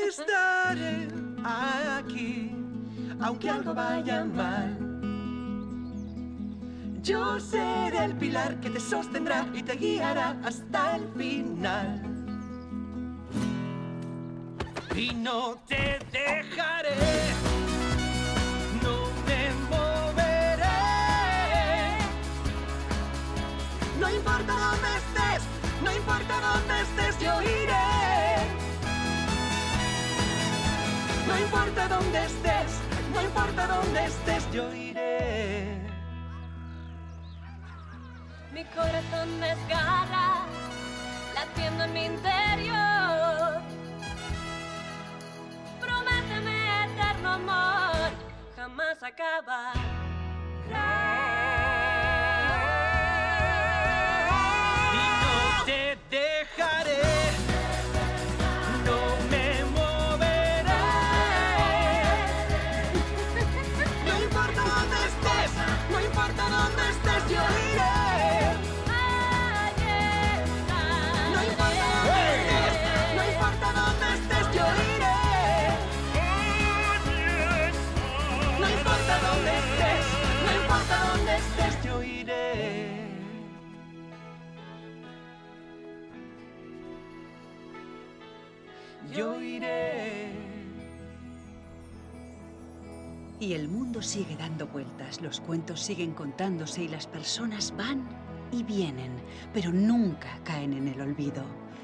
Estaré aquí, aunque algo vaya mal. Yo seré el pilar que te sostendrá y te guiará hasta el final. Y no te dejaré, no me moveré. No importa dónde estés, no importa dónde estés, yo iré. No importa dónde estés, no importa dónde estés, yo iré. Mi corazón desgarra, latiendo en mi interior. Prométeme eterno amor, jamás acabar. Y no te dejaré, no me moveré. No importa dónde estés, no importa dónde estés, yo iré. No importa dónde estés, no importa dónde estés, yo iré. No importa dónde estés, no importa dónde estés, yo iré. Yo iré. Y el mundo sigue dando vueltas, los cuentos siguen contándose y las personas van y vienen, pero nunca caen en el olvido.